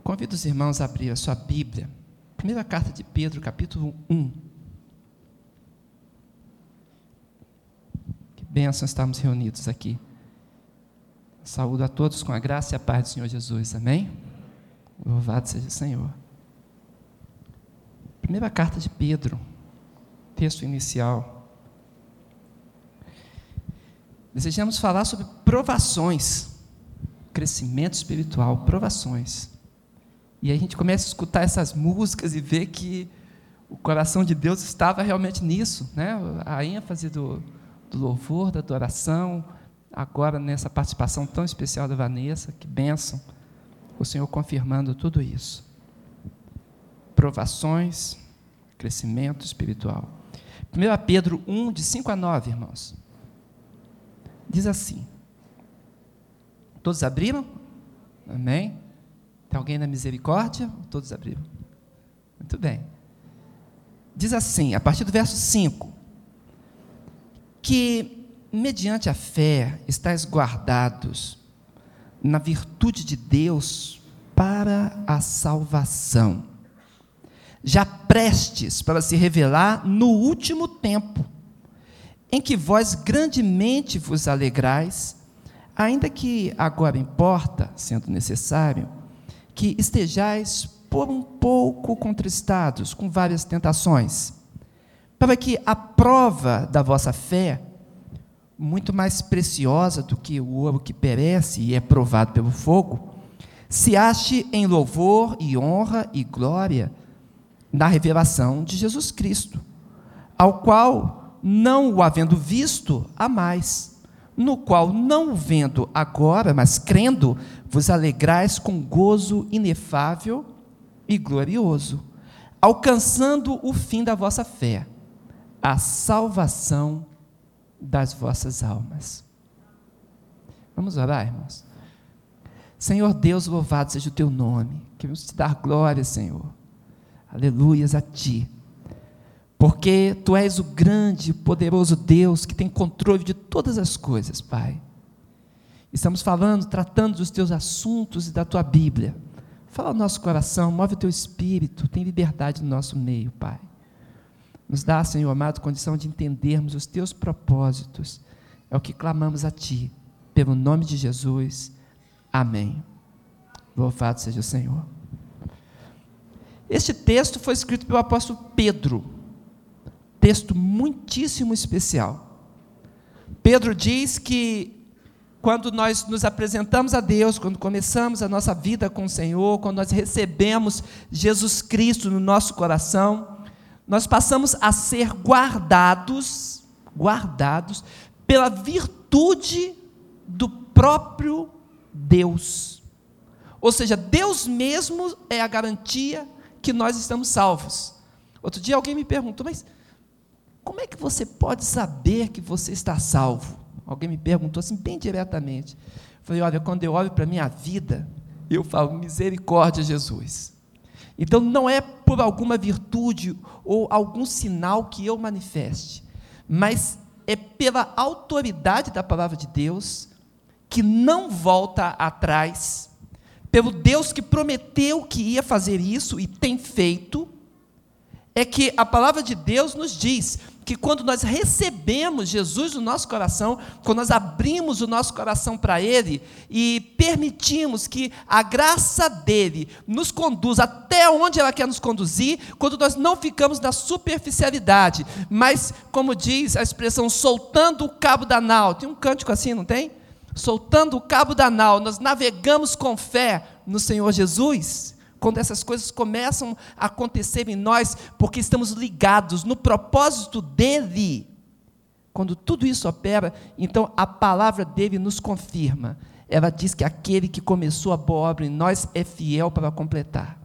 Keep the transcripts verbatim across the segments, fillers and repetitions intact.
Convido os irmãos a abrir a sua Bíblia. Primeira carta de Pedro, capítulo um. Que bênção estarmos reunidos aqui. Saúdo a todos com a graça e a paz do Senhor Jesus. Amém? Louvado seja o Senhor. Primeira carta de Pedro, texto inicial. Desejamos falar sobre provações, crescimento espiritual, provações. E aí a gente começa a escutar essas músicas e ver que o coração de Deus estava realmente nisso, né? A ênfase do, do louvor, da adoração, agora nessa participação tão especial da Vanessa, que bênção, o Senhor confirmando tudo isso. Provações, crescimento espiritual. primeira Pedro um, de cinco a nove, irmãos. Diz assim, todos abriram? Amém? Tem alguém na misericórdia? Todos abriram? Muito bem. Diz assim, a partir do verso cinco, que mediante a fé estáis guardados na virtude de Deus para a salvação, já prestes para se revelar no último tempo, em que vós grandemente vos alegrais, ainda que agora importa, sendo necessário, que estejais por um pouco contristados com várias tentações, para que a prova da vossa fé, muito mais preciosa do que o ouro que perece e é provado pelo fogo, se ache em louvor e honra e glória na revelação de Jesus Cristo, ao qual, não o havendo visto, amais, no qual, não o vendo agora, mas crendo, vos alegrais com gozo inefável e glorioso, alcançando o fim da vossa fé, a salvação das vossas almas. Vamos orar, irmãos? Senhor Deus, louvado seja o teu nome, queremos te dar glória, Senhor, aleluias a ti, porque tu és o grande e poderoso Deus que tem controle de todas as coisas, Pai. Estamos falando, tratando dos teus assuntos e da tua Bíblia. Fala ao nosso coração, move o teu espírito, tem liberdade no nosso meio, Pai. Nos dá, Senhor amado, condição de entendermos os teus propósitos. É o que clamamos a ti, pelo nome de Jesus. Amém. Louvado seja o Senhor. Este texto foi escrito pelo apóstolo Pedro. Texto muitíssimo especial. Pedro diz que quando nós nos apresentamos a Deus, quando começamos a nossa vida com o Senhor, quando nós recebemos Jesus Cristo no nosso coração, nós passamos a ser guardados, guardados pela virtude do próprio Deus. Ou seja, Deus mesmo é a garantia que nós estamos salvos. Outro dia alguém me perguntou, mas como é que você pode saber que você está salvo? Alguém me perguntou assim, bem diretamente. Eu falei, olha, quando eu olho para a minha vida, eu falo, misericórdia, Jesus. Então, não é por alguma virtude ou algum sinal que eu manifeste, mas é pela autoridade da palavra de Deus, que não volta atrás, pelo Deus que prometeu que ia fazer isso e tem feito, é que a palavra de Deus nos diz que quando nós recebemos Jesus no nosso coração, quando nós abrimos o nosso coração para Ele e permitimos que a graça dEle nos conduza até onde ela quer nos conduzir, quando nós não ficamos na superficialidade, mas, como diz a expressão, soltando o cabo da nau, tem um cântico assim, não tem? Soltando o cabo da nau, nós navegamos com fé no Senhor Jesus. Quando essas coisas começam a acontecer em nós, porque estamos ligados no propósito dEle, quando tudo isso opera, então a palavra dEle nos confirma, ela diz que aquele que começou a boa obra em nós é fiel para completar,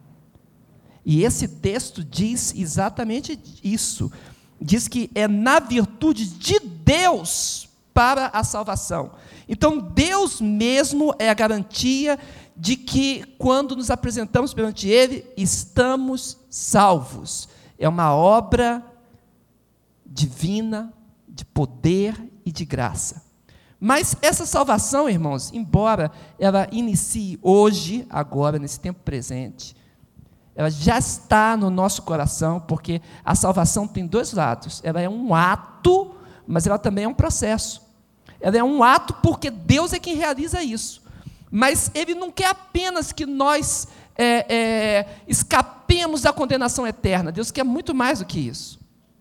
e esse texto diz exatamente isso, diz que é na virtude de Deus para a salvação, então Deus mesmo é a garantia de que quando nos apresentamos perante Ele, estamos salvos. É uma obra divina, de poder e de graça. Mas essa salvação, irmãos, embora ela inicie hoje, agora, nesse tempo presente, ela já está no nosso coração, porque a salvação tem dois lados. Ela é um ato, mas ela também é um processo. Ela é um ato porque Deus é quem realiza isso. Mas Ele não quer apenas que nós é, é, escapemos da condenação eterna. Deus quer muito mais do que isso.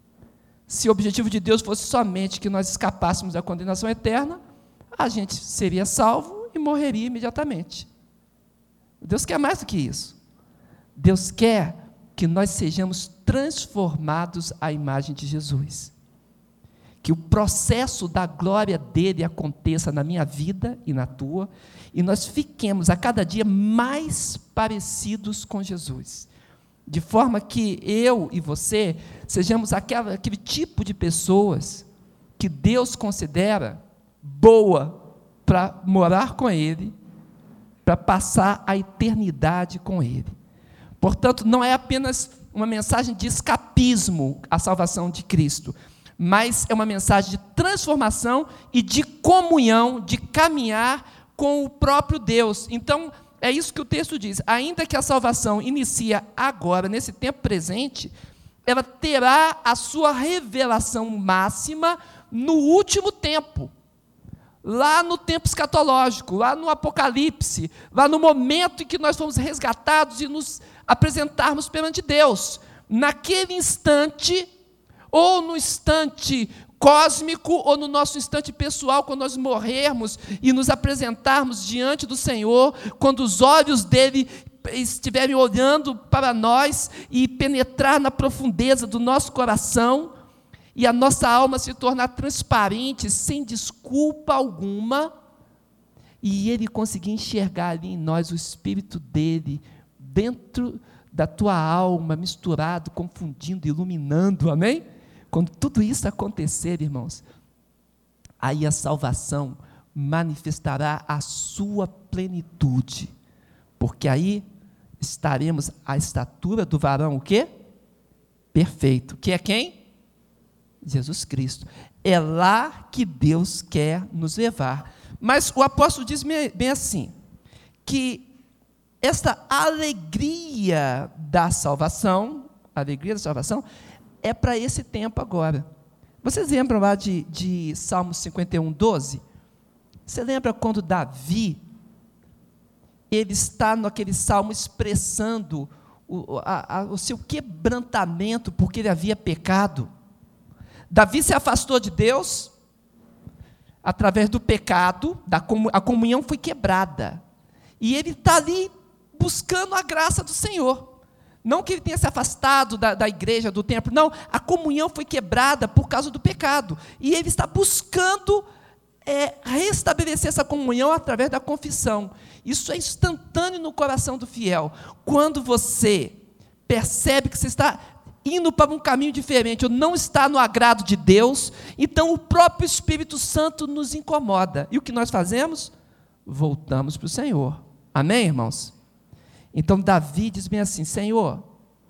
Se o objetivo de Deus fosse somente que nós escapássemos da condenação eterna, a gente seria salvo e morreria imediatamente. Deus quer mais do que isso. Deus quer que nós sejamos transformados à imagem de Jesus. Que o processo da glória dele aconteça na minha vida e na tua, e nós fiquemos a cada dia mais parecidos com Jesus. De forma que eu e você sejamos aquela, aquele tipo de pessoas que Deus considera boa para morar com Ele, para passar a eternidade com Ele. Portanto, não é apenas uma mensagem de escapismo a salvação de Cristo, mas é uma mensagem de transformação e de comunhão, de caminhar com o próprio Deus. Então, é isso que o texto diz. Ainda que a salvação inicia agora, nesse tempo presente, ela terá a sua revelação máxima no último tempo. Lá no tempo escatológico, lá no Apocalipse, lá no momento em que nós fomos resgatados e nos apresentarmos perante Deus. Naquele instante, ou no instante cósmico, ou no nosso instante pessoal, quando nós morrermos e nos apresentarmos diante do Senhor, quando os olhos dele estiverem olhando para nós e penetrar na profundeza do nosso coração, e a nossa alma se tornar transparente, sem desculpa alguma, e Ele conseguir enxergar ali em nós o Espírito dEle, dentro da tua alma, misturado, confundindo, iluminando, amém? Quando tudo isso acontecer, irmãos, aí a salvação manifestará a sua plenitude, porque aí estaremos à estatura do varão, o quê? Perfeito, que é quem? Jesus Cristo. É lá que Deus quer nos levar. Mas o apóstolo diz bem assim, que esta alegria da salvação, a alegria da salvação, é para esse tempo agora. Vocês lembram lá de, de Salmo cinquenta e um, doze? Você lembra quando Davi, ele está naquele salmo expressando o, a, a, o seu quebrantamento, porque ele havia pecado. Davi se afastou de Deus, através do pecado, da comu- a comunhão foi quebrada, e ele está ali buscando a graça do Senhor, não que ele tenha se afastado da, da igreja, do templo, não, a comunhão foi quebrada por causa do pecado, e ele está buscando é, restabelecer essa comunhão através da confissão. Isso é instantâneo no coração do fiel, quando você percebe que você está indo para um caminho diferente, ou não está no agrado de Deus, então o próprio Espírito Santo nos incomoda. E o que nós fazemos? Voltamos para o Senhor. Amém, irmãos? Então Davi diz bem assim, Senhor,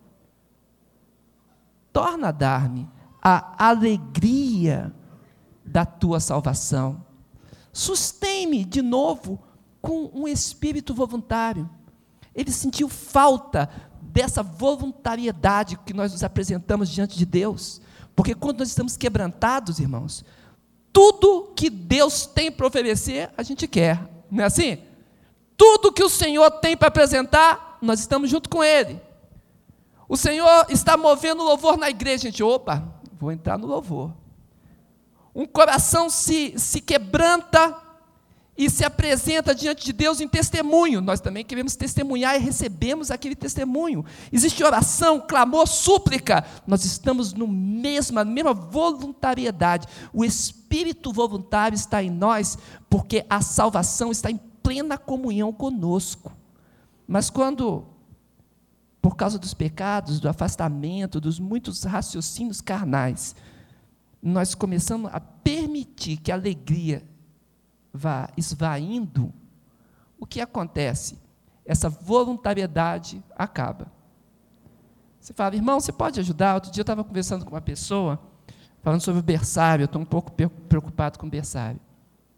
torna a dar-me a alegria da tua salvação. Sustém-me de novo com um espírito voluntário. Ele sentiu falta dessa voluntariedade que nós nos apresentamos diante de Deus, porque quando nós estamos quebrantados, irmãos, tudo que Deus tem para oferecer, a gente quer, não é assim? Tudo que o Senhor tem para apresentar, nós estamos junto com Ele. O Senhor está movendo louvor na igreja, gente, opa, vou entrar no louvor. Um coração se, se quebranta e se apresenta diante de Deus em testemunho. Nós também queremos testemunhar e recebemos aquele testemunho. Existe oração, clamor, súplica. Nós estamos no mesmo, na mesma voluntariedade. O Espírito voluntário está em nós, porque a salvação está em plena comunhão conosco. Mas quando, por causa dos pecados, do afastamento, dos muitos raciocínios carnais, nós começamos a permitir que a alegria vá esvaindo, o que acontece? Essa voluntariedade acaba. Você fala, irmão, você pode ajudar? Outro dia eu estava conversando com uma pessoa, falando sobre o berçário, eu estou um pouco preocupado com o berçário.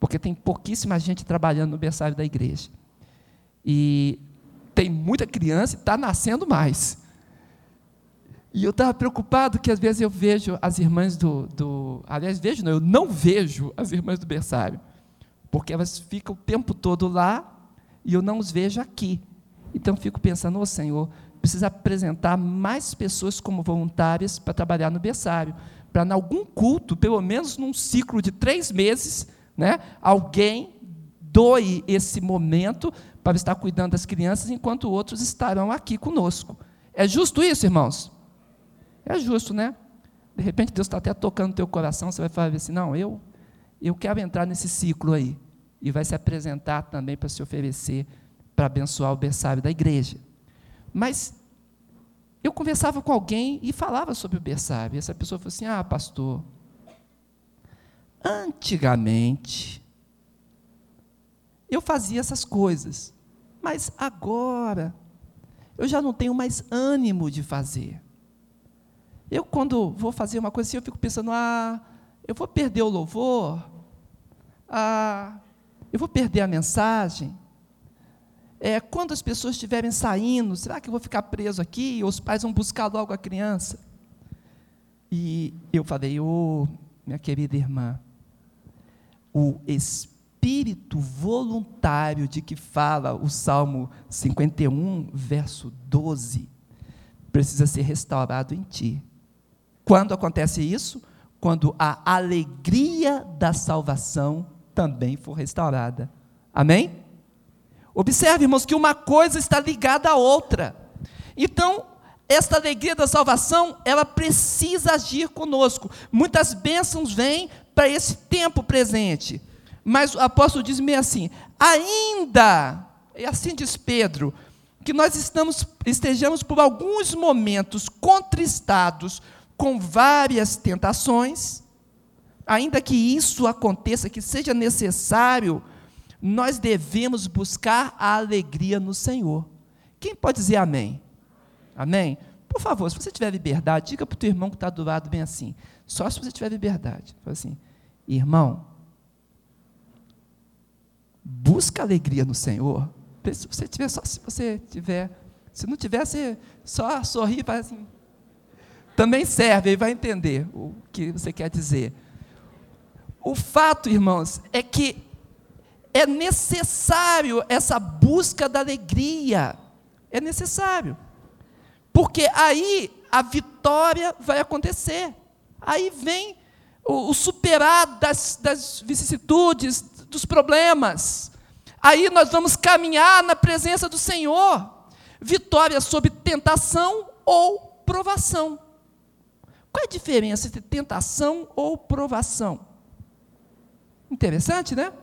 porque tem pouquíssima gente trabalhando no berçário da igreja. E tem muita criança e está nascendo mais. E eu estava preocupado que às vezes eu vejo as irmãs do, do... Aliás, vejo não, eu não vejo as irmãs do berçário, porque elas ficam o tempo todo lá e eu não os vejo aqui. Então, fico pensando, ô Senhor, precisa apresentar mais pessoas como voluntárias para trabalhar no berçário, para, em algum culto, pelo menos num ciclo de três meses, né, alguém doe esse momento para estar cuidando das crianças, enquanto outros estarão aqui conosco. É justo isso, irmãos? É justo, né? De repente, Deus está até tocando no teu coração, você vai falar assim, não, eu, eu quero entrar nesse ciclo aí, e vai se apresentar também para se oferecer, para abençoar o berçário da igreja. Mas eu conversava com alguém e falava sobre o berçário, e essa pessoa falou assim, ah, pastor, antigamente, eu fazia essas coisas, mas agora, eu já não tenho mais ânimo de fazer. Eu, quando vou fazer uma coisa assim, eu fico pensando, ah, eu vou perder o louvor, ah, eu vou perder a mensagem, é, quando as pessoas estiverem saindo, será que eu vou ficar preso aqui, ou os pais vão buscar logo a criança? E eu falei, ô, oh, minha querida irmã, o espírito voluntário de que fala o Salmo cinquenta e um, verso doze, precisa ser restaurado em ti. Quando acontece isso? Quando a alegria da salvação também for restaurada. Amém? Observe, irmãos, que uma coisa está ligada à outra. Então, esta alegria da salvação, ela precisa agir conosco. Muitas bênçãos vêm para esse tempo presente. Mas o apóstolo diz meio assim, ainda, e assim diz Pedro, que nós estamos, estejamos por alguns momentos contristados com várias tentações, ainda que isso aconteça, que seja necessário, nós devemos buscar a alegria no Senhor. Quem pode dizer amém? Amém? Por favor, se você tiver liberdade, diga para o teu irmão que está do lado bem assim, só se você tiver liberdade, fala assim, irmão, busca alegria no Senhor. Se você tiver, só se você tiver, se não tiver, você só sorri e faz assim, também serve, ele vai entender o que você quer dizer. O fato, irmãos, é que é necessário essa busca da alegria, é necessário, porque aí a vitória vai acontecer, aí vem o, o superar das, das vicissitudes, dos problemas, aí nós vamos caminhar na presença do Senhor, vitória sobre tentação ou provação. Qual é a diferença entre tentação ou provação? Interessante, né?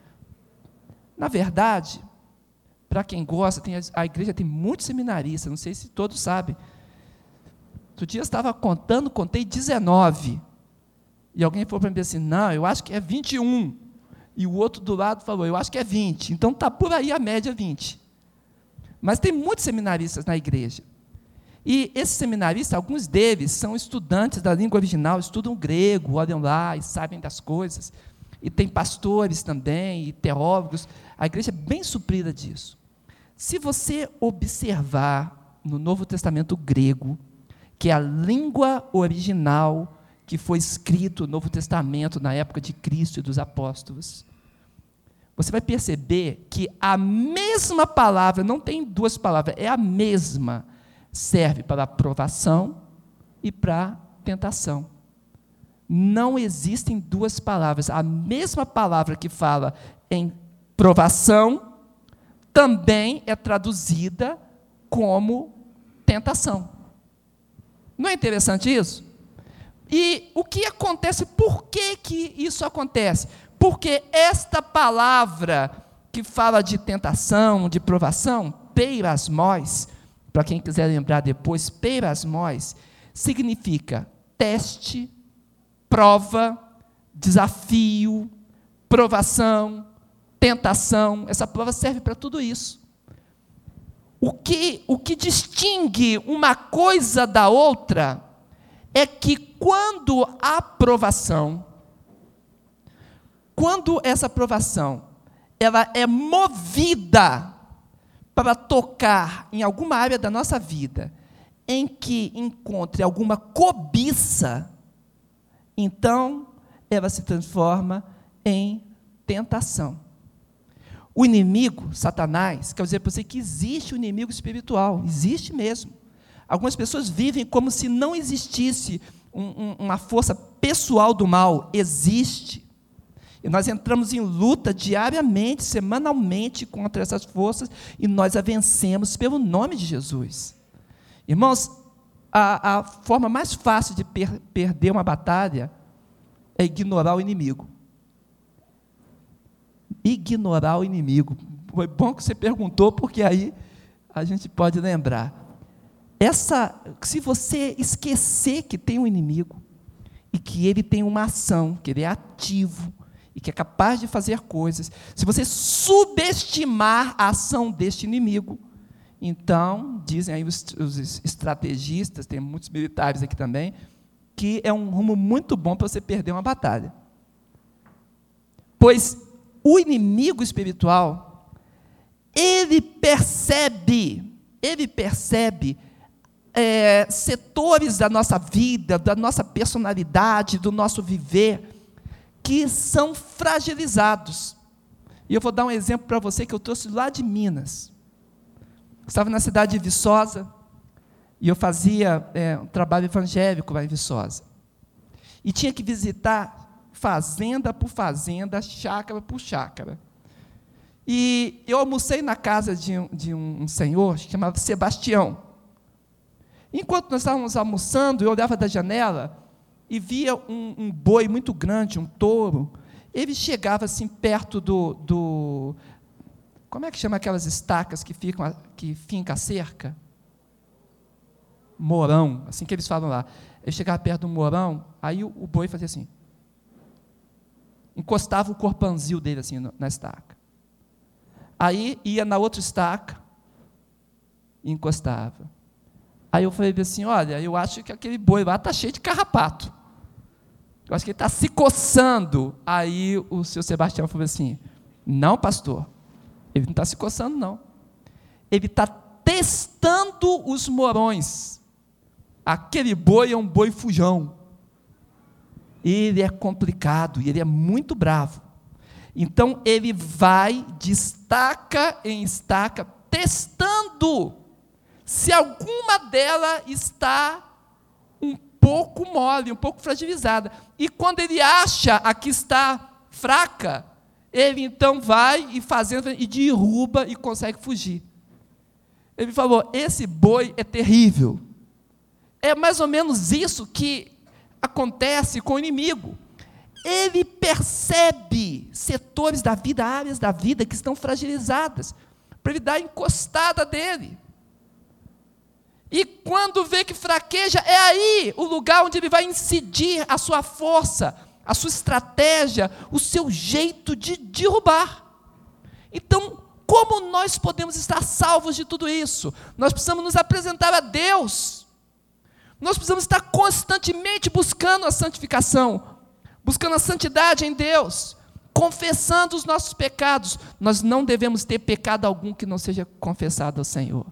Na verdade, para quem gosta, tem, a igreja tem muitos seminaristas, não sei se todos sabem. Outro dia eu estava contando, contei dezenove. E alguém falou para mim assim, não, eu acho que é vinte e um. E o outro do lado falou, eu acho que é vinte. Então está por aí a média vinte. Mas tem muitos seminaristas na igreja. E esses seminaristas, alguns deles são estudantes da língua original, estudam grego, olham lá e sabem das coisas. E tem pastores também, e teólogos. A igreja é bem suprida disso. Se você observar no Novo Testamento grego, que é a língua original que foi escrito no Novo Testamento na época de Cristo e dos apóstolos, você vai perceber que a mesma palavra, não tem duas palavras, é a mesma, serve para aprovação e para tentação. Não existem duas palavras. A mesma palavra que fala em provação também é traduzida como tentação. Não é interessante isso? E o que acontece? Por que que isso acontece? Porque esta palavra que fala de tentação, de provação, peirasmos, para quem quiser lembrar depois, peirasmos, significa teste, prova, desafio, provação, tentação. Essa prova serve para tudo isso. O que, o que distingue uma coisa da outra é que quando a provação, quando essa provação ela é movida para tocar em alguma área da nossa vida, em que encontre alguma cobiça, então ela se transforma em tentação. O inimigo, Satanás, quer dizer para você que existe o inimigo espiritual, existe mesmo. Algumas pessoas vivem como se não existisse um, um, uma força pessoal do mal. Existe. E nós entramos em luta diariamente, semanalmente, contra essas forças, e nós a vencemos pelo nome de Jesus. Irmãos, a, a forma mais fácil de per, perder uma batalha é ignorar o inimigo. Ignorar o inimigo. Foi bom que você perguntou, porque aí a gente pode lembrar. Essa, se você esquecer que tem um inimigo, e que ele tem uma ação, que ele é ativo, e que é capaz de fazer coisas, se você subestimar a ação deste inimigo, então, dizem aí os, os estrategistas, tem muitos militares aqui também, que é um rumo muito bom para você perder uma batalha. Pois o inimigo espiritual, ele percebe, ele percebe é, setores da nossa vida, da nossa personalidade, do nosso viver, que são fragilizados. E eu vou dar um exemplo para você que eu trouxe lá de Minas. Estava na cidade de Viçosa, e eu fazia é, um trabalho evangélico lá em Viçosa. E tinha que visitar fazenda por fazenda, chácara por chácara. E eu almocei na casa de um, de um senhor chamado Sebastião. Enquanto nós estávamos almoçando, eu olhava da janela e via um, um boi muito grande, um touro. Ele chegava assim perto do, do... Como é que chama aquelas estacas que ficam, que finca a cerca? Morão, assim que eles falam lá. Ele chegava perto do morão, aí o, o boi fazia assim. Encostava o corpanzil dele assim na estaca. Aí ia na outra estaca e encostava. Aí eu falei assim, olha, eu acho que aquele boi lá está cheio de carrapato. Eu acho que ele está se coçando. Aí o seu Sebastião falou assim, não, pastor, ele não está se coçando, não. Ele está testando os morões. Aquele boi é um boi fujão. Ele é complicado, e ele é muito bravo. Então, ele vai de estaca em estaca, testando se alguma dela está um pouco mole, um pouco fragilizada. E quando ele acha a que está fraca, ele então vai e fazendo, e derruba e consegue fugir. Ele falou, esse boi é terrível. É mais ou menos isso que acontece com o inimigo. Ele percebe setores da vida, áreas da vida que estão fragilizadas, para ele dar a encostada dele. E quando vê que fraqueja, é aí o lugar onde ele vai incidir a sua força, a sua estratégia, o seu jeito de derrubar. Então, como nós podemos estar salvos de tudo isso? Nós precisamos nos apresentar a Deus. Nós precisamos estar constantemente buscando a santificação, buscando a santidade em Deus, confessando os nossos pecados. Nós não devemos ter pecado algum que não seja confessado ao Senhor.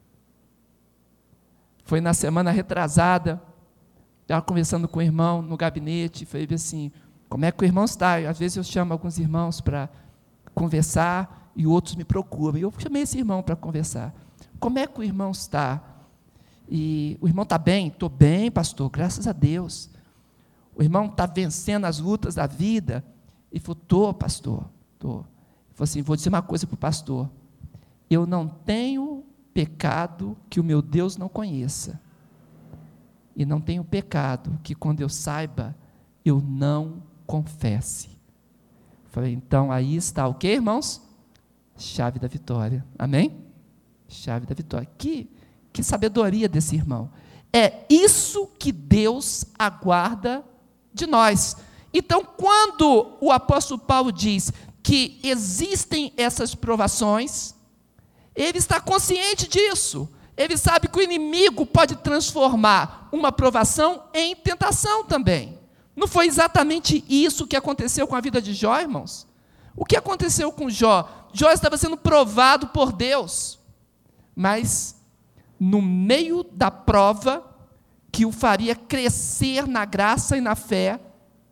Foi na semana retrasada, estava conversando com o irmão no gabinete, falei assim, como é que o irmão está? Às vezes eu chamo alguns irmãos para conversar e outros me procuram. E eu chamei esse irmão para conversar. Como é que o irmão está? E o irmão está bem? Estou bem, pastor, graças a Deus. O irmão está vencendo as lutas da vida? Ele falou, estou, pastor, estou. Ele falou assim, vou dizer uma coisa para o pastor. Eu não tenho pecado que o meu Deus não conheça. E não tenho pecado que quando eu saiba, eu não confesse. Falei, então aí está o quê, irmãos? Chave da vitória. Amém? Chave da vitória. Que, que sabedoria desse irmão. É isso que Deus aguarda de nós. Então, quando o apóstolo Paulo diz que existem essas provações, ele está consciente disso. Ele sabe que o inimigo pode transformar uma provação em tentação também. Não foi exatamente isso que aconteceu com a vida de Jó, irmãos? O que aconteceu com Jó? Jó estava sendo provado por Deus, mas no meio da prova que o faria crescer na graça e na fé,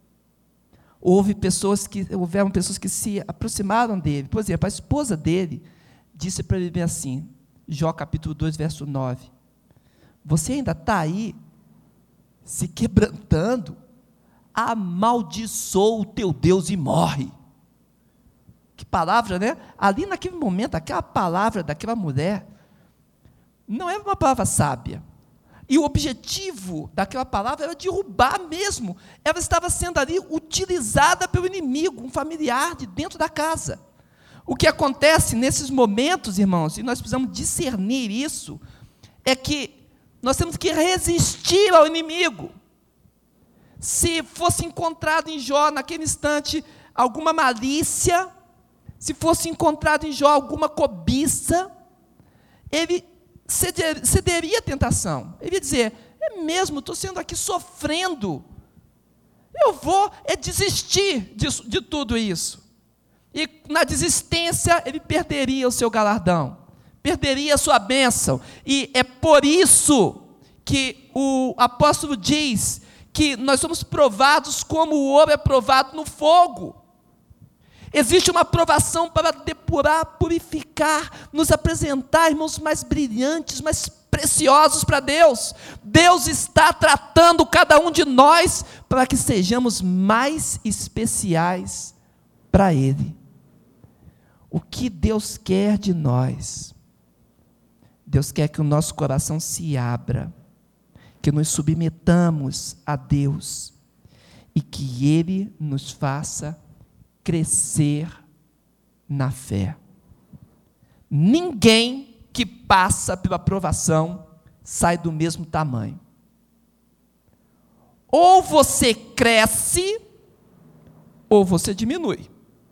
houve pessoas que, houveram pessoas que se aproximaram dele. Por exemplo, a esposa dele disse para ele bem assim, Jó capítulo dois, verso nove, você ainda está aí se quebrantando? Amaldiçoa o teu Deus e morre. Que palavra, né? Ali naquele momento, aquela palavra daquela mulher, não era uma palavra sábia. E o objetivo daquela palavra era derrubar mesmo. Ela estava sendo ali utilizada pelo inimigo, um familiar de dentro da casa. O que acontece nesses momentos, irmãos, e nós precisamos discernir isso, é que nós temos que resistir ao inimigo. Se fosse encontrado em Jó, naquele instante, alguma malícia, se fosse encontrado em Jó alguma cobiça, ele ceder, cederia à tentação. Ele ia dizer, é mesmo, estou sendo aqui sofrendo, eu vou é desistir disso, de tudo isso. E na desistência, ele perderia o seu galardão, perderia a sua bênção. E é por isso que o apóstolo diz que nós somos provados como o ouro é provado no fogo. Existe uma provação para depurar, purificar, nos apresentar, irmãos, mais brilhantes, mais preciosos para Deus. Deus está tratando cada um de nós para que sejamos mais especiais para Ele. O que Deus quer de nós? Deus quer que o nosso coração se abra, que nos submetamos a Deus e que Ele nos faça crescer na fé. Ninguém que passa pela provação sai do mesmo tamanho. Ou você cresce, ou você diminui.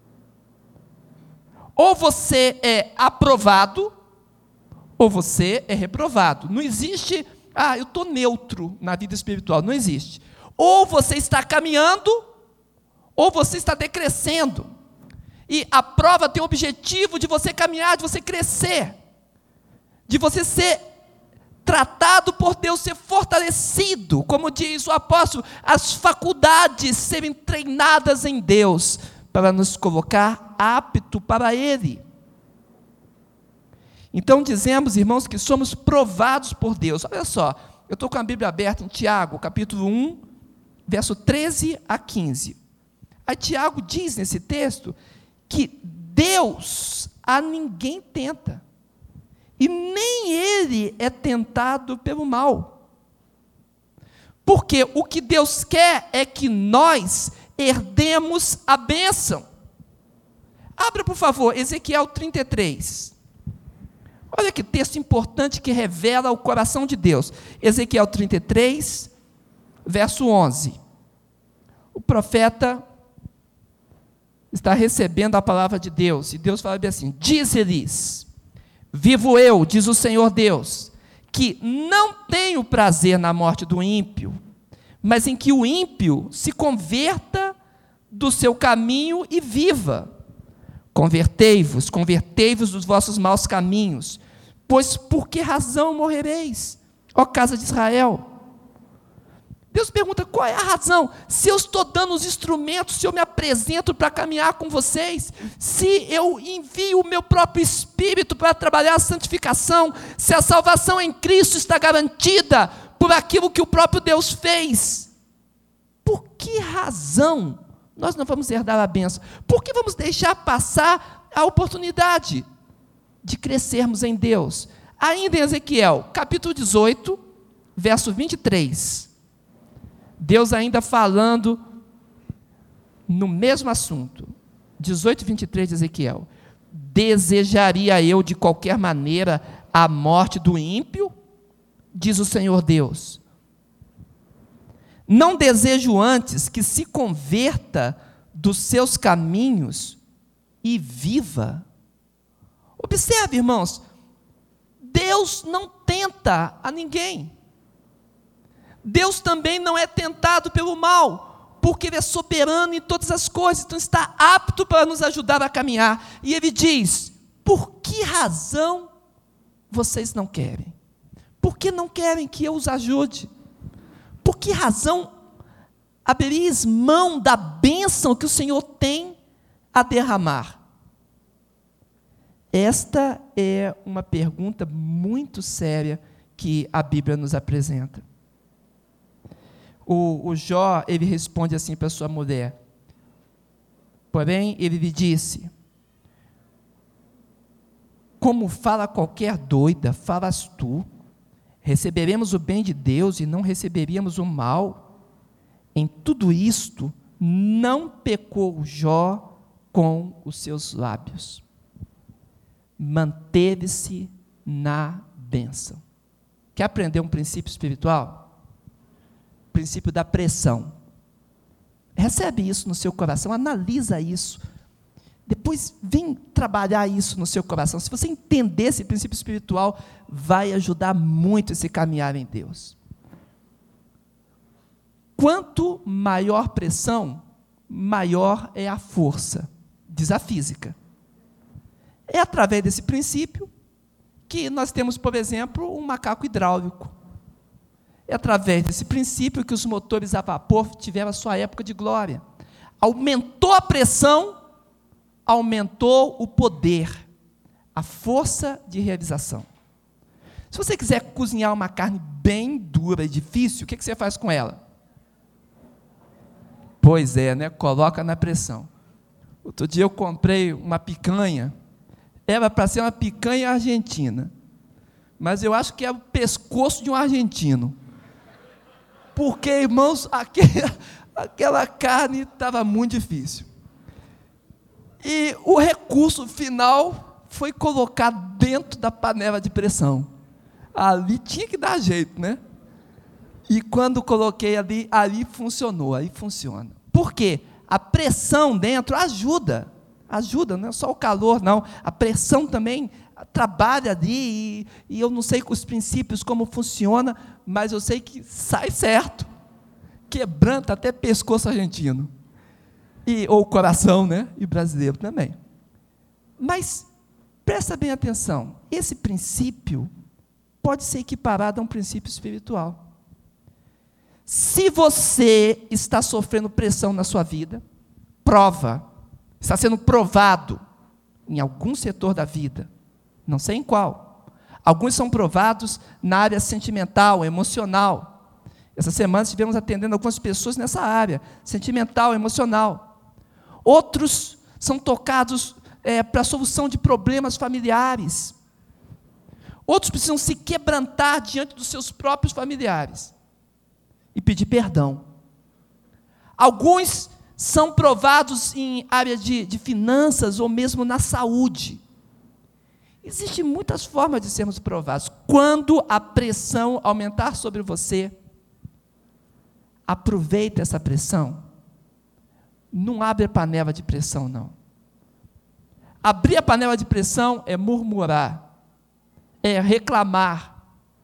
Ou você é aprovado, ou você é reprovado. Não existe, ah, eu estou neutro na vida espiritual. Não existe. Ou você está caminhando, ou você está decrescendo. E a prova tem o objetivo de você caminhar, de você crescer, de você ser tratado por Deus, ser fortalecido, como diz o apóstolo, as faculdades serem treinadas em Deus, para nos colocar apto para Ele. Então dizemos, irmãos, que somos provados por Deus. Olha só, eu estou com a Bíblia aberta em Tiago, capítulo um, verso treze a quinze. Aí Tiago diz nesse texto que Deus a ninguém tenta, e nem Ele é tentado pelo mal. Porque o que Deus quer é que nós herdemos a bênção. Abra, por favor, Ezequiel trinta e três. Olha que texto importante que revela o coração de Deus. Ezequiel trinta e três, verso onze. O profeta está recebendo a palavra de Deus, e Deus fala bem assim, diz-lhes, vivo eu, diz o Senhor Deus, que não tenho prazer na morte do ímpio, mas em que o ímpio se converta do seu caminho e viva. Convertei-vos, convertei-vos dos vossos maus caminhos, pois por que razão morrereis, ó casa de Israel? Deus pergunta, qual é a razão? Se eu estou dando os instrumentos, se eu me apresento para caminhar com vocês, se eu envio o meu próprio Espírito para trabalhar a santificação, se a salvação em Cristo está garantida por aquilo que o próprio Deus fez, por que razão nós não vamos herdar a bênção? Por que vamos deixar passar a oportunidade de crescermos em Deus? Ainda em Ezequiel, capítulo dezoito, verso vinte e três. Deus ainda falando no mesmo assunto, dezoito, vinte e três de Ezequiel, desejaria eu de qualquer maneira a morte do ímpio? Diz o Senhor Deus, não desejo antes que se converta dos seus caminhos e viva. Observe, irmãos, Deus não tenta a ninguém. Deus também não é tentado pelo mal, porque Ele é soberano em todas as coisas, então está apto para nos ajudar a caminhar. E Ele diz: por que razão vocês não querem? Por que não querem que eu os ajude? Por que razão abrireis mão da bênção que o Senhor tem a derramar? Esta é uma pergunta muito séria que a Bíblia nos apresenta. O, o Jó, ele responde assim para sua mulher. Porém, ele lhe disse: como fala qualquer doida, falas tu, receberemos o bem de Deus e não receberíamos o mal. Em tudo isto, não pecou Jó com os seus lábios. Manteve-se na bênção. Quer aprender um princípio espiritual? O princípio da pressão. Recebe isso no seu coração, analisa isso. Depois vem trabalhar isso no seu coração. Se você entender esse princípio espiritual, vai ajudar muito esse caminhar em Deus. Quanto maior pressão, maior é a força, diz a física. É através desse princípio que nós temos, por exemplo, um macaco hidráulico. É através desse princípio que os motores a vapor tiveram a sua época de glória. Aumentou a pressão, aumentou o poder, a força de realização. Se você quiser cozinhar uma carne bem dura e difícil, o que você faz com ela? Pois é, né? Coloca na pressão. Outro dia eu comprei uma picanha, era para ser uma picanha argentina, mas eu acho que é o pescoço de um argentino, porque, irmãos, aquele, aquela carne estava muito difícil. E o recurso final foi colocar dentro da panela de pressão. Ali tinha que dar jeito, né? E quando coloquei ali, ali funcionou, aí funciona. Por quê? A pressão dentro ajuda, ajuda, não é só o calor, não. A pressão também trabalha ali, e, e eu não sei com os princípios como funciona, mas eu sei que sai certo. Quebranta até pescoço argentino. E, ou coração, né? E brasileiro também. Mas, presta bem atenção, esse princípio pode ser equiparado a um princípio espiritual. Se você está sofrendo pressão na sua vida, prova, está sendo provado em algum setor da vida, não sei em qual. Alguns são provados na área sentimental, emocional. Essa semana estivemos atendendo algumas pessoas nessa área, sentimental, emocional. Outros são tocados é, para a solução de problemas familiares. Outros precisam se quebrantar diante dos seus próprios familiares e pedir perdão. Alguns são provados em área de, de finanças ou mesmo na saúde. Existem muitas formas de sermos provados. Quando a pressão aumentar sobre você, aproveite essa pressão. Não abre a panela de pressão, não. Abrir a panela de pressão é murmurar, é reclamar,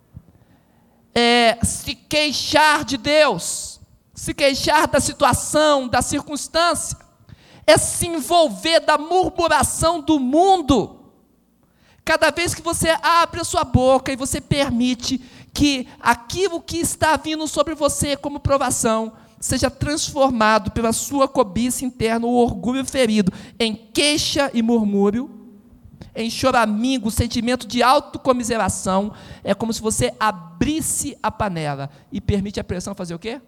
é se queixar de Deus, se queixar da situação, da circunstância, é se envolver da murmuração do mundo. Cada vez que você abre a sua boca e você permite que aquilo que está vindo sobre você como provação seja transformado pela sua cobiça interna, o orgulho ferido, em queixa e murmúrio, em choramingo, sentimento de autocomiseração, é como se você abrisse a panela e permite a pressão fazer o quê?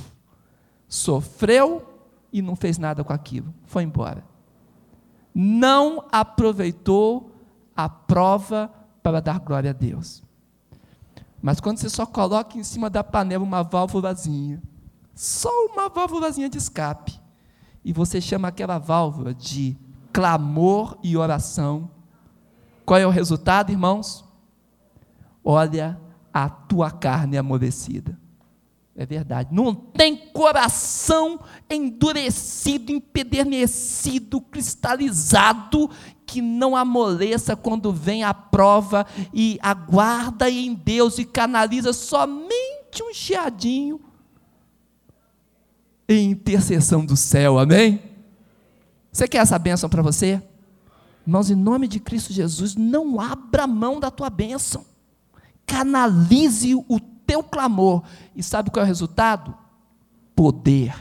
Sofreu e não fez nada com aquilo, foi embora. Não aproveitou a prova para dar glória a Deus. Mas quando você só coloca em cima da panela uma válvulazinha, só uma válvulazinha de escape, e você chama aquela válvula de clamor e oração, qual é o resultado, irmãos? Olha a tua carne amolecida. É verdade, não tem coração endurecido, empedernecido, cristalizado, que não amoleça quando vem a prova e aguarda em Deus e canaliza somente um chiadinho. em intercessão do céu, amém? Você quer essa bênção para você? Irmãos, em nome de Cristo Jesus, não abra mão da tua bênção, canalize o teu clamor, e sabe qual é o resultado? Poder,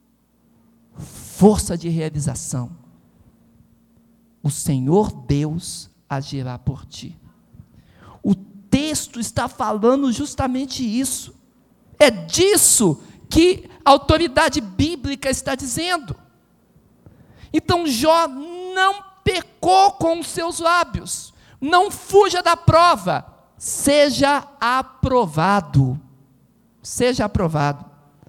força de realização. O Senhor Deus agirá por ti. O texto está falando justamente isso. É disso que a autoridade bíblica está dizendo. Então Jó não pecou com os seus lábios. Não fuja da prova. Seja aprovado. Seja aprovado.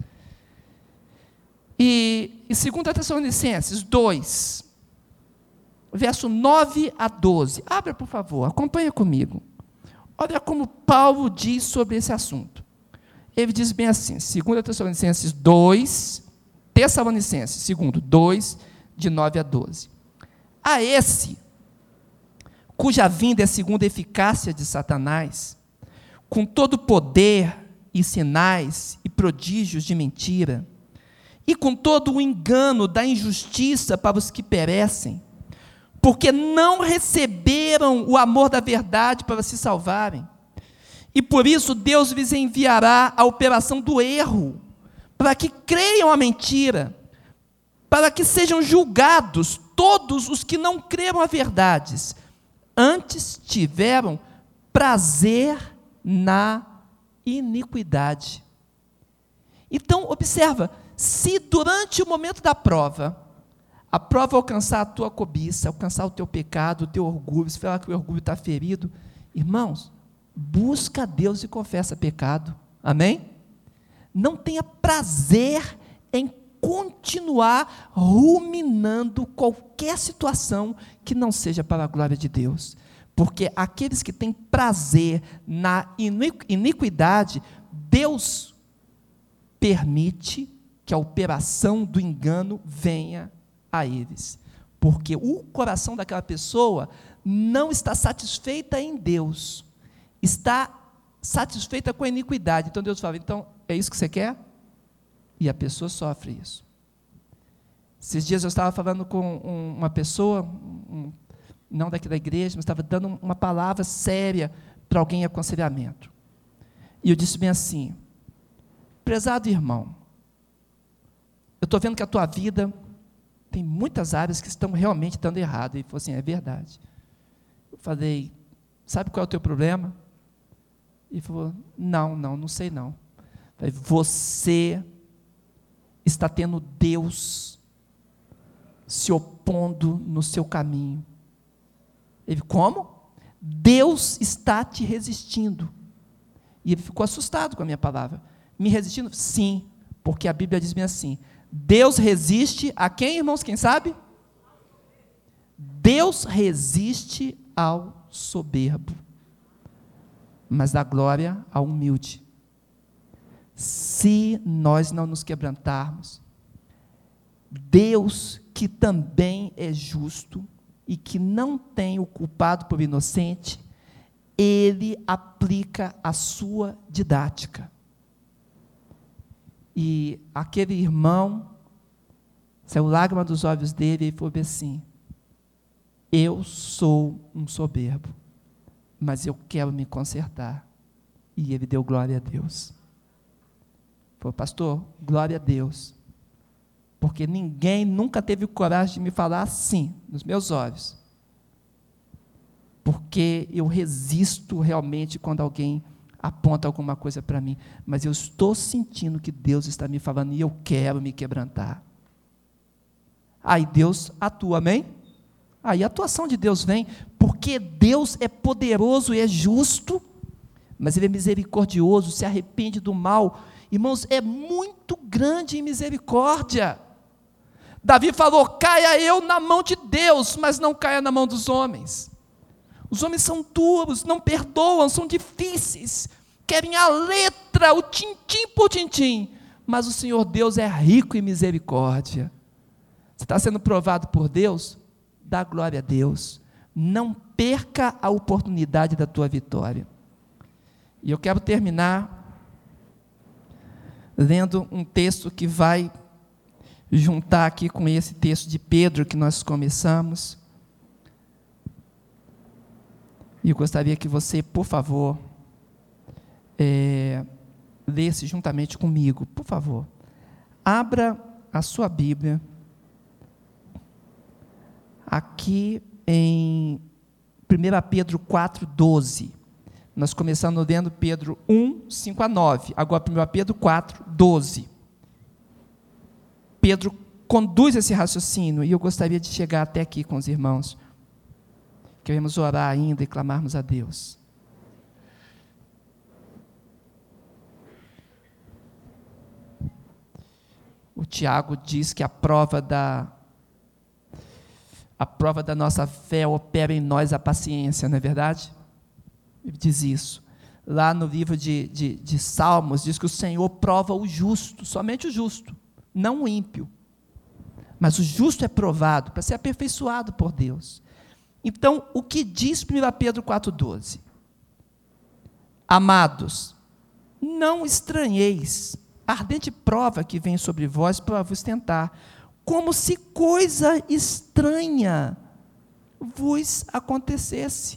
E em segunda Tessalonicenses dois, verso nove a doze. Abra, por favor, acompanha comigo. Olha como Paulo diz sobre esse assunto. Ele diz bem assim, segunda Tessalonicenses dois, Tessalonicenses, segundo, dois, de nove a doze. A esse, cuja vinda é segundo a eficácia de Satanás, com todo poder e sinais e prodígios de mentira, e com todo o engano da injustiça para os que perecem, porque não receberam o amor da verdade para se salvarem. E por isso Deus lhes enviará a operação do erro, para que creiam a mentira, para que sejam julgados todos os que não creram a verdades, antes tiveram prazer na iniquidade. Então, observa, se durante o momento da prova, a prova alcançar a tua cobiça, alcançar o teu pecado, o teu orgulho, se falar que o orgulho está ferido, irmãos, busca a Deus e confessa pecado, amém? Não tenha prazer em continuar ruminando qualquer situação que não seja para a glória de Deus, porque aqueles que têm prazer na iniquidade, Deus permite que a operação do engano venha a eles, porque o coração daquela pessoa não está satisfeita em Deus, está satisfeita com a iniquidade. Então Deus fala, então é isso que você quer? E a pessoa sofre isso. Esses dias eu estava falando com um, uma pessoa, um, não daqui da igreja, mas estava dando uma palavra séria para alguém em aconselhamento. E eu disse bem assim, prezado irmão, eu estou vendo que a tua vida tem muitas áreas que estão realmente dando errado. Ele falou assim, é verdade. Eu falei, sabe qual é o teu problema? Ele falou, não, não, não sei não. Eu falei, você está tendo Deus se opondo no seu caminho. Ele, como? Deus está te resistindo. E ele ficou assustado com a minha palavra. Me resistindo? Sim, porque a Bíblia diz bem assim, Deus resiste a quem, irmãos? Quem sabe? Deus resiste ao soberbo, mas dá glória ao humilde. Se nós não nos quebrantarmos, Deus, que também é justo e que não tem o culpado por inocente, Ele aplica a sua didática. E aquele irmão, saiu lágrima dos olhos dele, e ele falou assim, eu sou um soberbo, mas eu quero me consertar. E ele deu glória a Deus. Falou, pastor, glória a Deus, porque ninguém nunca teve coragem de me falar assim, nos meus olhos, porque eu resisto realmente quando alguém aponta alguma coisa para mim, mas eu estou sentindo que Deus está me falando e eu quero me quebrantar. Aí Deus atua, amém? Aí a atuação de Deus vem, porque Deus é poderoso e é justo, mas Ele é misericordioso, se arrepende do mal. Irmãos, é muito grande em misericórdia. Davi falou, caia eu na mão de Deus, mas não caia na mão dos homens. Os homens são duros, não perdoam, são difíceis, querem a letra, o tintim por tintim, mas o Senhor Deus é rico em misericórdia. Você está sendo provado por Deus? Dá glória a Deus. Não perca a oportunidade da tua vitória. E eu quero terminar lendo um texto que vai juntar aqui com esse texto de Pedro que nós começamos. E eu gostaria que você, por favor, é, lesse juntamente comigo, por favor. Abra a sua Bíblia aqui em primeira Pedro quatro, doze. Nós começamos lendo Pedro um, cinco a nove. Agora primeira Pedro quatro, doze. Pedro conduz esse raciocínio, e eu gostaria de chegar até aqui com os irmãos. Queremos orar ainda e clamarmos a Deus. O Tiago diz que a prova da a prova da nossa fé opera em nós a paciência, não é verdade? Ele diz isso. Lá no livro de, de, de Salmos, diz que o Senhor prova o justo, somente o justo, não o ímpio. Mas o justo é provado para ser aperfeiçoado por Deus. Então, o que diz primeira Pedro quatro, doze? Amados, não estranheis a ardente prova que vem sobre vós para vos tentar, como se coisa estranha vos acontecesse.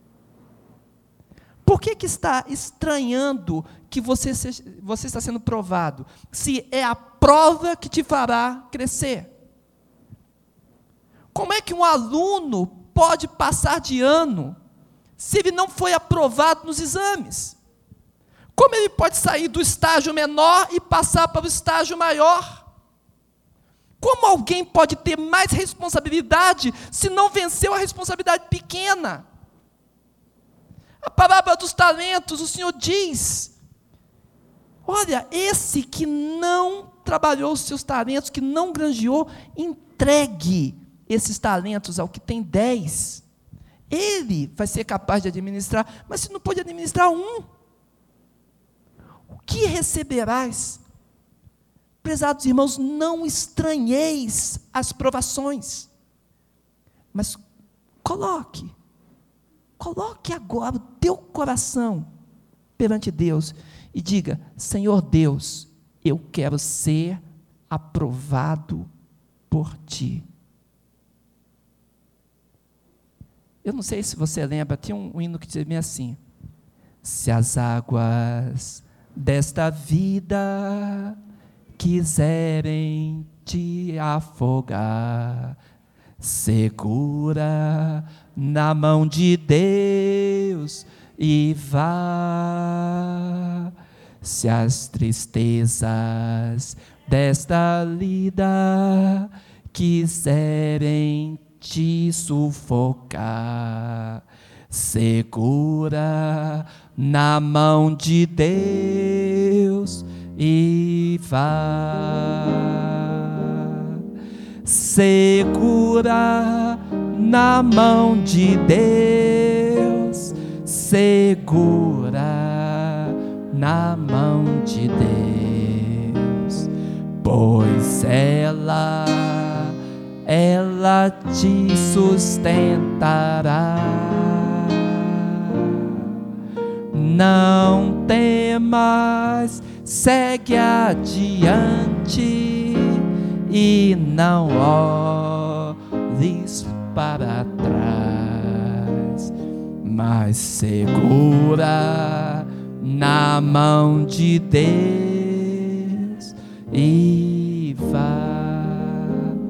Por que que está estranhando que você, se, você está sendo provado? Se é a prova que te fará crescer. Como é que um aluno pode passar de ano se ele não foi aprovado nos exames? Como ele pode sair do estágio menor e passar para o estágio maior? Como alguém pode ter mais responsabilidade se não venceu a responsabilidade pequena? A parábola dos talentos, o Senhor diz, olha, esse que não trabalhou os seus talentos, que não granjeou, entregue esses talentos ao que tem dez. Ele vai ser capaz de administrar, mas se não pode administrar um, o que receberás? Prezados irmãos, não estranheis as provações, mas coloque, coloque agora o teu coração perante Deus e diga, Senhor Deus, eu quero ser aprovado por Ti. Eu não sei se você lembra, tinha um, um hino que dizia bem assim, se as águas desta vida quiserem te afogar, segura na mão de Deus e vá. Se as tristezas desta lida quiserem te sufocar, segura na mão de Deus e vá. Segura na mão de Deus, segura na mão de Deus, pois ela, ela te sustentará. Não temas, segue adiante e não olhes para trás, mas segura na mão de Deus e vá.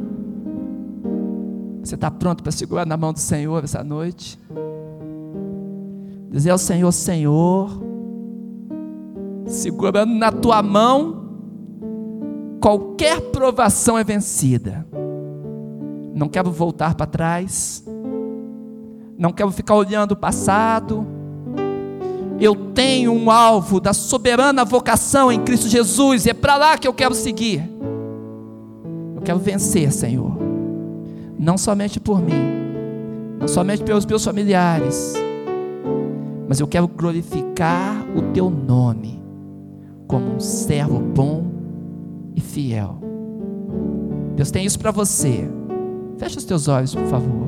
Você está pronto para segurar na mão do Senhor essa noite? Dizer ao Senhor, Senhor, segurando na tua mão, qualquer provação é vencida. Não quero voltar para trás, não quero ficar olhando o passado. Eu tenho um alvo da soberana vocação em Cristo Jesus, e é para lá que eu quero seguir. Eu quero vencer, Senhor, não somente por mim, não somente pelos meus familiares, mas eu quero glorificar o teu nome como um servo bom e fiel. Deus tem isso para você. Fecha os teus olhos, por favor.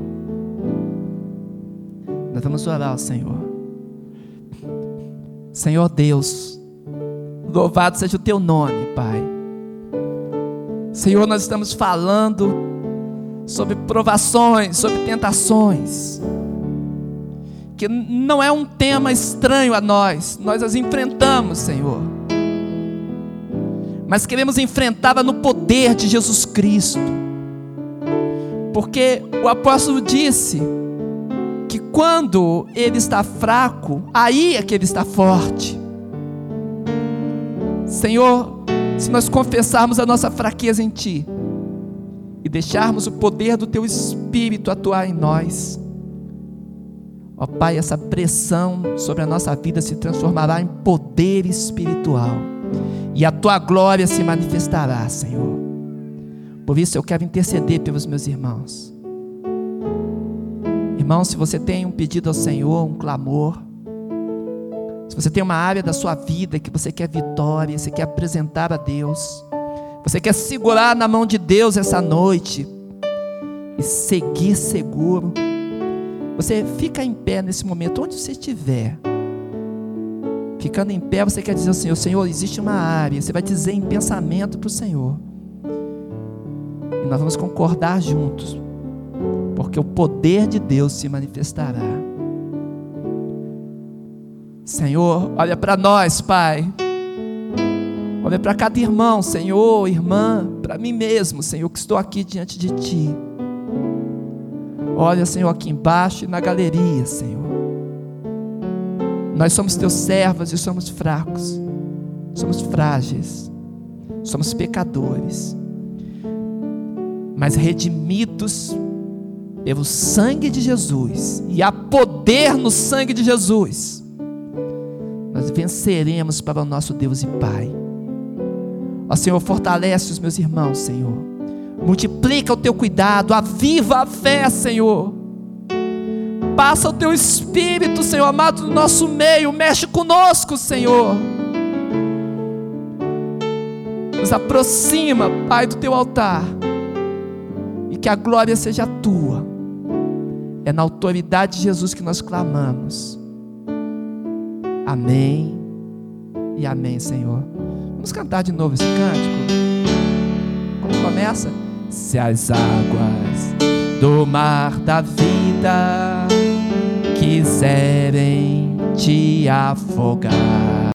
Nós vamos orar ao Senhor. Senhor Deus, louvado seja o teu nome, Pai. Senhor, nós estamos falando sobre provações, sobre tentações, que não é um tema estranho a nós, nós as enfrentamos, Senhor, mas queremos enfrentá-la no poder de Jesus Cristo, porque o apóstolo disse que quando ele está fraco, aí é que ele está forte. Senhor, se nós confessarmos a nossa fraqueza em Ti e deixarmos o poder do Teu Espírito atuar em nós, ó Pai, essa pressão sobre a nossa vida se transformará em poder espiritual e a Tua glória se manifestará, Senhor. Por isso eu quero interceder pelos meus irmãos. Irmão, se você tem um pedido ao Senhor, um clamor, se você tem uma área da sua vida que você quer vitória, você quer apresentar a Deus, você quer segurar na mão de Deus essa noite e seguir seguro, você fica em pé nesse momento, onde você estiver. Ficando em pé, você quer dizer ao Senhor: Senhor, existe uma área. Você vai dizer em pensamento para o Senhor, e nós vamos concordar juntos, porque o poder de Deus se manifestará. Senhor, olha para nós, Pai. Olha para cada irmão, Senhor, irmã, para mim mesmo, Senhor, que estou aqui diante de Ti. Olha, Senhor, aqui embaixo e na galeria, Senhor. Nós somos Teus servos e somos fracos, somos frágeis, somos pecadores, mas redimidos pelo sangue de Jesus, e há poder no sangue de Jesus. Nós venceremos para o nosso Deus e Pai. Ó Senhor, fortalece os meus irmãos, Senhor. Multiplica o Teu cuidado, aviva a fé, Senhor. Passa o Teu Espírito, Senhor amado, no nosso meio. Mexe conosco, Senhor. Nos aproxima, Pai, do Teu altar, e que a glória seja Tua. É na autoridade de Jesus que nós clamamos. Amém e amém, Senhor. Vamos cantar de novo esse cântico. Como começa? Se as águas do mar da vida quiserem te afogar,